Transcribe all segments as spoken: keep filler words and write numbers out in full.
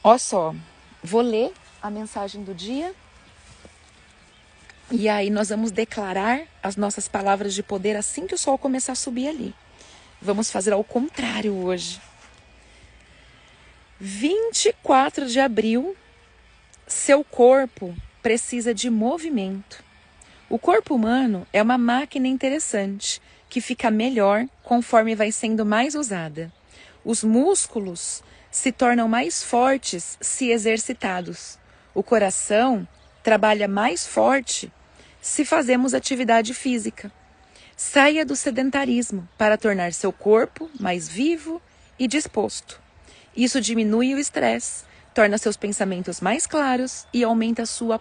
Ó só, vou ler a mensagem do dia e aí nós vamos declarar as nossas palavras de poder assim que o sol começar a subir ali. Vamos fazer ao contrário hoje. vinte e quatro de abril, seu corpo precisa de movimento. O corpo humano é uma máquina interessante que fica melhor conforme vai sendo mais usada. Os músculos se tornam mais fortes se exercitados. O coração trabalha mais forte se fazemos atividade física. Saia do sedentarismo para tornar seu corpo mais vivo e disposto. Isso diminui o estresse, torna seus pensamentos mais claros e aumenta sua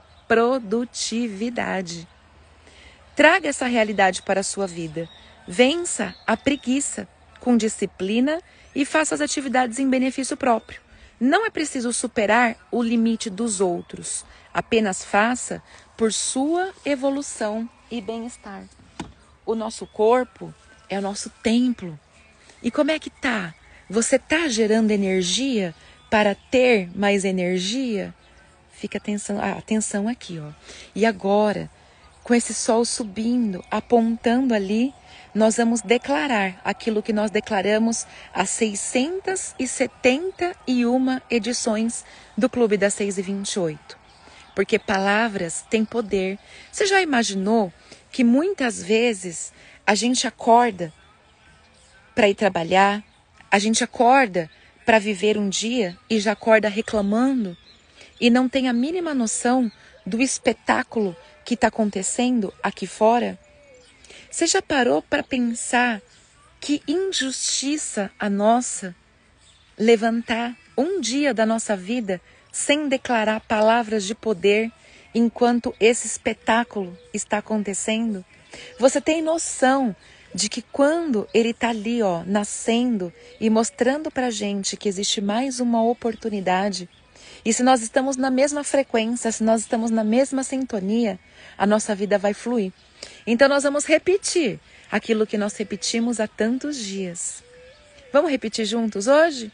produtividade. Traga essa realidade para a sua vida. Vença a preguiça com disciplina e faça as atividades em benefício próprio. Não é preciso superar o limite dos outros. Apenas faça por sua evolução e bem-estar. O nosso corpo é o nosso templo. E como é que tá? Você tá gerando energia para ter mais energia? Fica atenção, ah, atenção aqui, ó. E agora, com esse sol subindo, apontando ali, nós vamos declarar aquilo que nós declaramos às seiscentas e setenta e uma edições do Clube das seis e vinte e oito. Porque palavras têm poder. Você já imaginou que muitas vezes a gente acorda para ir trabalhar, a gente acorda para viver um dia e já acorda reclamando e não tem a mínima noção do espetáculo que está acontecendo aqui fora? Você já parou para pensar que injustiça a nossa levantar um dia da nossa vida sem declarar palavras de poder enquanto esse espetáculo está acontecendo? Você tem noção de que quando ele está ali, ó, nascendo e mostrando para a gente que existe mais uma oportunidade, e se nós estamos na mesma frequência, se nós estamos na mesma sintonia, a nossa vida vai fluir. Então nós vamos repetir aquilo que nós repetimos há tantos dias. Vamos repetir juntos hoje?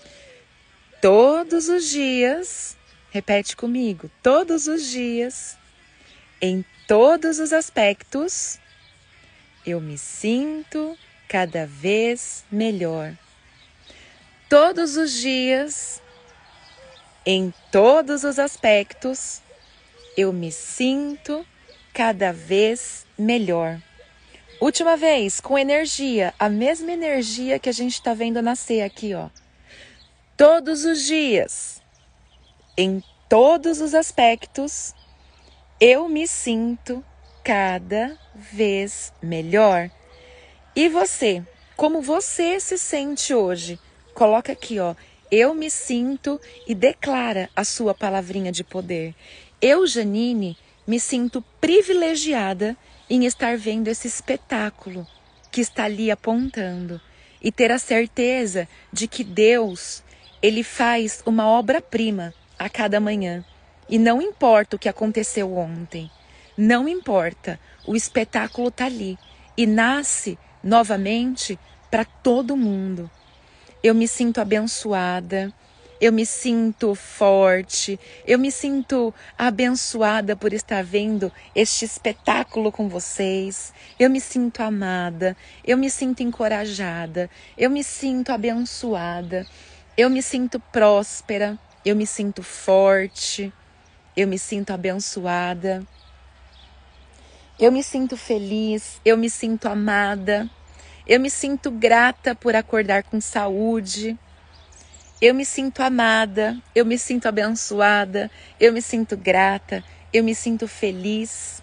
Todos os dias, repete comigo, todos os dias, em todos os aspectos, eu me sinto cada vez melhor. Todos os dias, em todos os aspectos, eu me sinto cada vez melhor. Última vez, com energia, a mesma energia que a gente está vendo nascer aqui, ó. Todos os dias, em todos os aspectos, eu me sinto cada vez melhor. E você, como você se sente hoje? Coloca aqui, ó. Eu me sinto e declara a sua palavrinha de poder. Eu, Janine, me sinto privilegiada em estar vendo esse espetáculo que está ali apontando e ter a certeza de que Deus, Ele faz uma obra-prima a cada manhã. E não importa o que aconteceu ontem, não importa, o espetáculo está ali e nasce novamente para todo mundo. Eu me sinto abençoada, eu me sinto forte, eu me sinto abençoada por estar vendo este espetáculo com vocês. Eu me sinto amada, eu me sinto encorajada, eu me sinto abençoada, eu me sinto próspera, eu me sinto forte, eu me sinto abençoada, eu me sinto feliz, eu me sinto amada. Eu me sinto grata por acordar com saúde. Eu me sinto amada, eu me sinto abençoada, eu me sinto grata, eu me sinto feliz.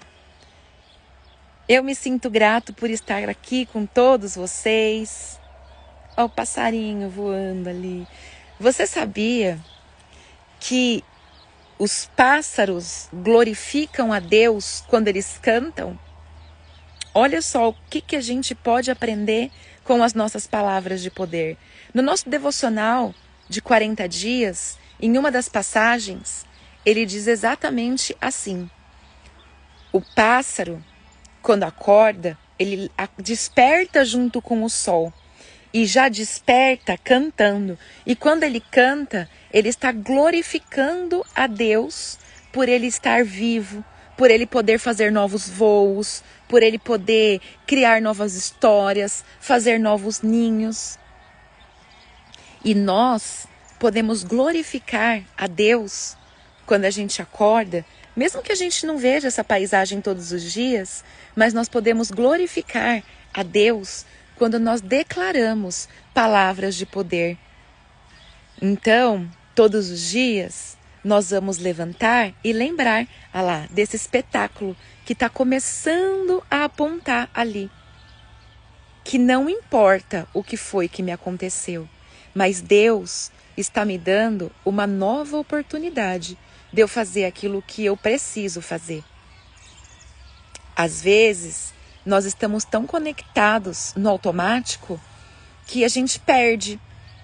Eu me sinto grato por estar aqui com todos vocês. Ó, o passarinho voando ali. Você sabia que os pássaros glorificam a Deus quando eles cantam? Olha só o que, que a gente pode aprender com as nossas palavras de poder. No nosso devocional de quarenta dias, em uma das passagens, ele diz exatamente assim. O pássaro, quando acorda, ele desperta junto com o sol. E já desperta cantando. E quando ele canta, ele está glorificando a Deus por ele estar vivo, por ele poder fazer novos voos, por ele poder criar novas histórias, fazer novos ninhos. E nós podemos glorificar a Deus quando a gente acorda, mesmo que a gente não veja essa paisagem todos os dias, mas nós podemos glorificar a Deus quando nós declaramos palavras de poder. Então, todos os dias, nós vamos levantar e lembrar, ah lá, desse espetáculo que está começando a apontar ali. Que não importa o que foi que me aconteceu, mas Deus está me dando uma nova oportunidade de eu fazer aquilo que eu preciso fazer. Às vezes, nós estamos tão conectados no automático que a gente perde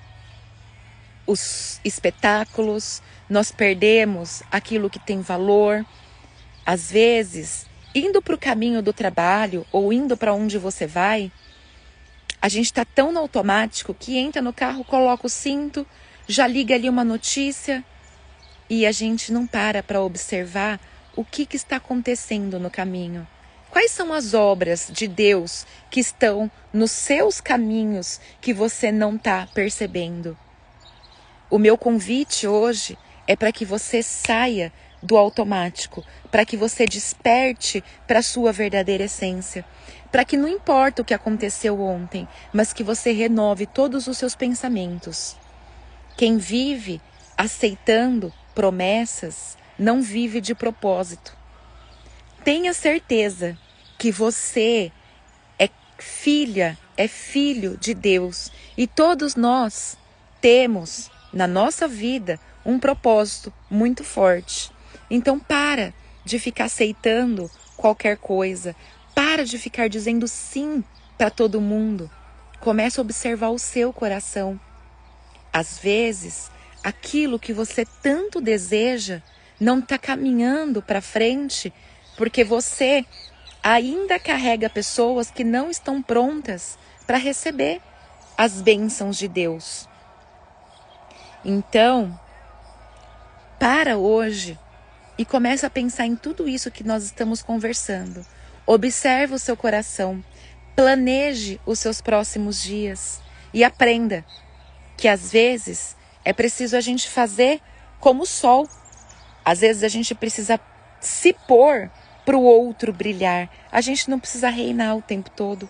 os espetáculos, nós perdemos aquilo que tem valor. Às vezes, indo para o caminho do trabalho ou indo para onde você vai, a gente está tão no automático que entra no carro, coloca o cinto, já liga ali uma notícia e a gente não para para observar o que, que está acontecendo no caminho. Quais são as obras de Deus que estão nos seus caminhos que você não está percebendo? O meu convite hoje é para que você saia do automático, para que você desperte para a sua verdadeira essência, para que não importa o que aconteceu ontem, mas que você renove todos os seus pensamentos. Quem vive aceitando promessas não vive de propósito. Tenha certeza que você é filha, é filho de Deus e todos nós temos na nossa vida um propósito muito forte. Então para de ficar aceitando qualquer coisa, para de ficar dizendo sim para todo mundo. Comece a observar o seu coração. Às vezes, aquilo que você tanto deseja não está caminhando para frente porque você ainda carrega pessoas que não estão prontas para receber as bênçãos de Deus. Então, para hoje e comece a pensar em tudo isso que nós estamos conversando. Observe o seu coração, planeje os seus próximos dias e aprenda que às vezes é preciso a gente fazer como o sol. Às vezes a gente precisa se pôr para o outro brilhar. A gente não precisa reinar o tempo todo.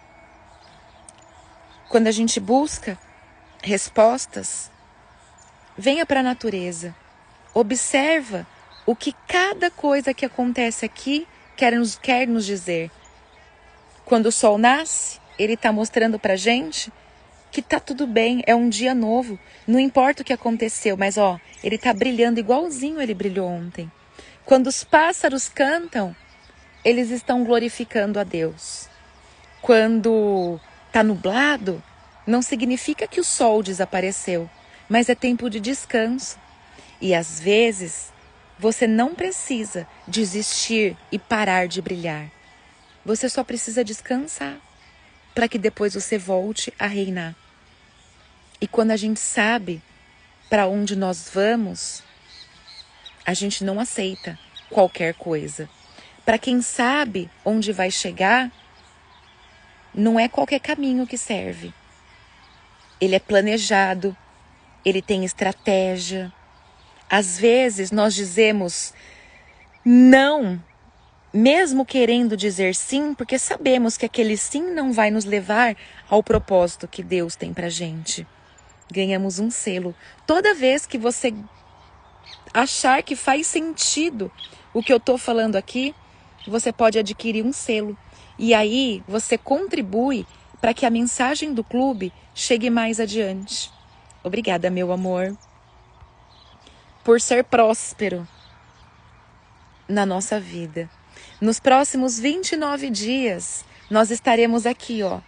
Quando a gente busca respostas, venha para a natureza. Observa o que cada coisa que acontece aqui quer nos, quer nos dizer. Quando o sol nasce, ele está mostrando para a gente que tá tudo bem, é um dia novo. Não importa o que aconteceu, mas ó, ele tá brilhando igualzinho ele brilhou ontem. Quando os pássaros cantam, eles estão glorificando a Deus. Quando tá nublado, não significa que o sol desapareceu, mas é tempo de descanso. E às vezes, você não precisa desistir e parar de brilhar. Você só precisa descansar, para que depois você volte a reinar. E quando a gente sabe para onde nós vamos, a gente não aceita qualquer coisa. Para quem sabe onde vai chegar, não é qualquer caminho que serve. Ele é planejado, ele tem estratégia. Às vezes nós dizemos não, mesmo querendo dizer sim, porque sabemos que aquele sim não vai nos levar ao propósito que Deus tem pra gente. Ganhamos um selo. Toda vez que você achar que faz sentido o que eu tô falando aqui, você pode adquirir um selo. E aí você contribui para que a mensagem do clube chegue mais adiante. Obrigada, meu amor, por ser próspero na nossa vida. Nos próximos vinte e nove dias, nós estaremos aqui, ó,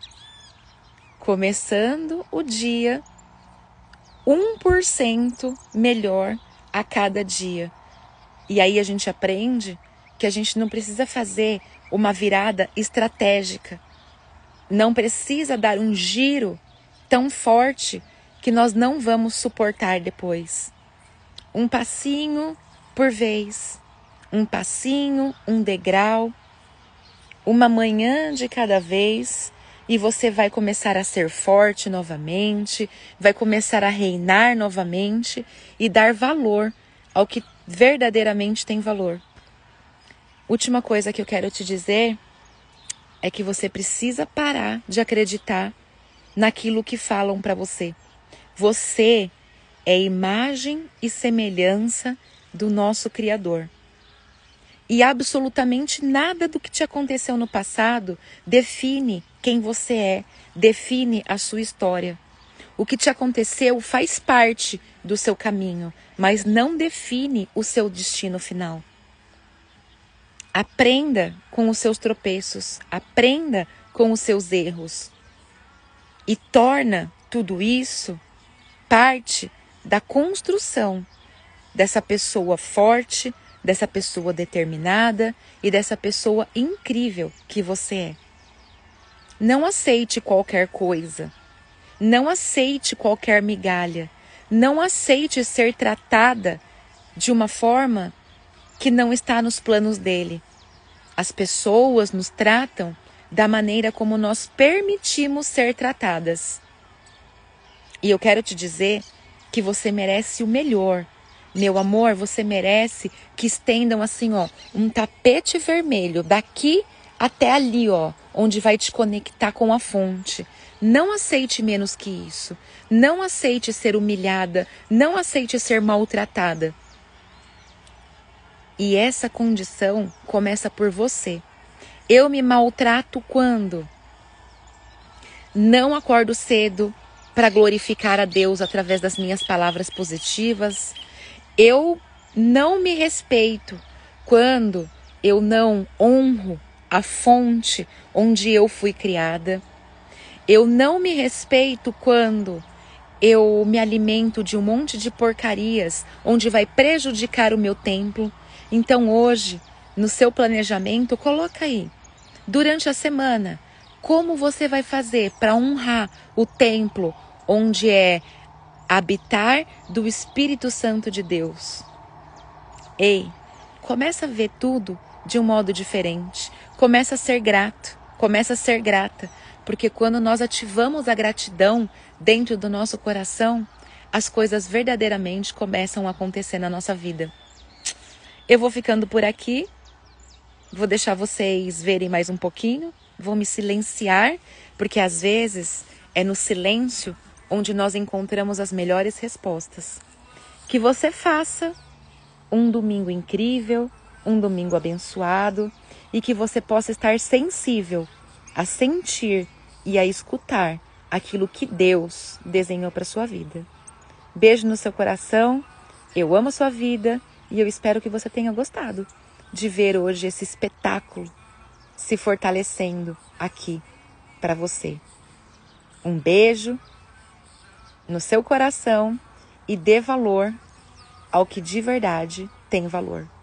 começando o dia um por cento melhor a cada dia. E aí a gente aprende que a gente não precisa fazer uma virada estratégica. Não precisa dar um giro tão forte que nós não vamos suportar depois. Um passinho por vez, um passinho, um degrau, uma manhã de cada vez, e você vai começar a ser forte novamente, vai começar a reinar novamente e dar valor ao que verdadeiramente tem valor. Última coisa que eu quero te dizer é que você precisa parar de acreditar naquilo que falam para você. Você é imagem e semelhança do nosso Criador. E absolutamente nada do que te aconteceu no passado define quem você é, define a sua história. O que te aconteceu faz parte do seu caminho, mas não define o seu destino final. Aprenda com os seus tropeços, aprenda com os seus erros e torna tudo isso parte da construção dessa pessoa forte, dessa pessoa determinada e dessa pessoa incrível que você é. Não aceite qualquer coisa, não aceite qualquer migalha, não aceite ser tratada de uma forma que não está nos planos dele. As pessoas nos tratam da maneira como nós permitimos ser tratadas. E eu quero te dizer que você merece o melhor. Meu amor, você merece que estendam assim, ó, um tapete vermelho daqui até ali, ó, onde vai te conectar com a fonte. Não aceite menos que isso. Não aceite ser humilhada, não aceite ser maltratada. E essa condição começa por você. Eu me maltrato quando não acordo cedo para glorificar a Deus através das minhas palavras positivas. Eu não me respeito quando eu não honro a fonte onde eu fui criada. Eu não me respeito quando eu me alimento de um monte de porcarias onde vai prejudicar o meu templo. Então hoje, no seu planejamento, coloca aí, durante a semana, como você vai fazer para honrar o templo onde é habitar do Espírito Santo de Deus. Ei, começa a ver tudo de um modo diferente. Começa a ser grato, começa a ser grata, porque quando nós ativamos a gratidão dentro do nosso coração, as coisas verdadeiramente começam a acontecer na nossa vida. Eu vou ficando por aqui, vou deixar vocês verem mais um pouquinho, vou me silenciar, porque às vezes é no silêncio onde nós encontramos as melhores respostas. Que você faça um domingo incrível, um domingo abençoado e que você possa estar sensível a sentir e a escutar aquilo que Deus desenhou para sua vida. Beijo no seu coração, eu amo a sua vida e eu espero que você tenha gostado de ver hoje esse espetáculo se fortalecendo aqui para você. Um beijo no seu coração e dê valor ao que de verdade tem valor.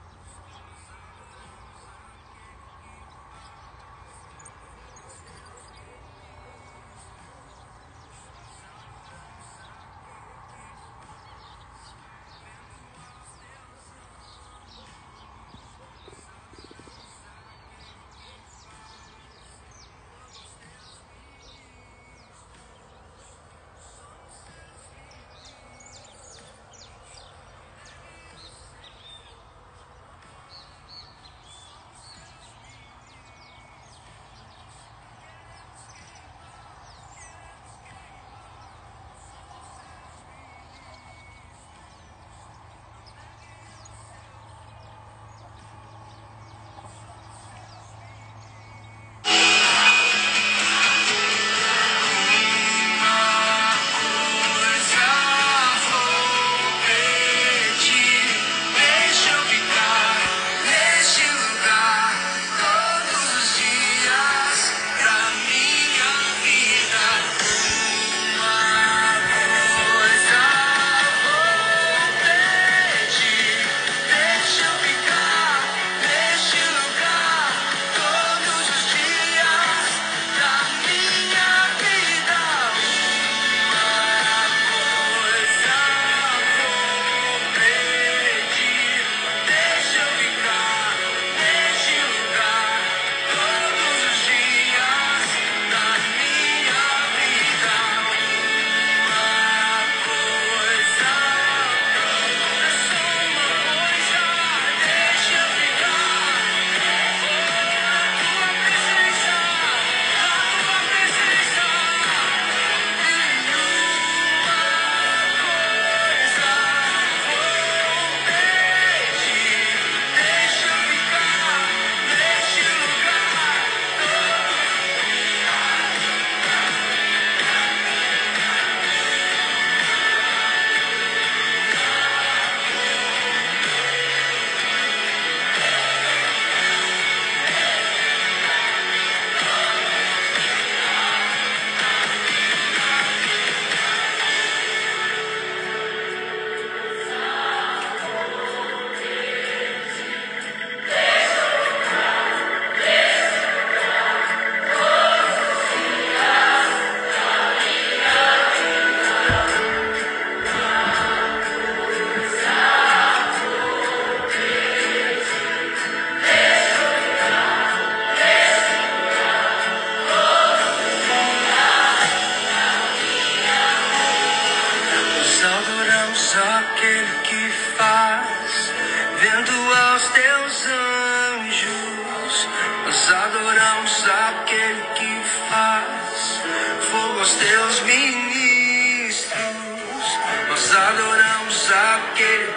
aquele que faz, vendo aos teus anjos. Nós adoramos aquele que faz fogo aos teus ministros. Nós adoramos aquele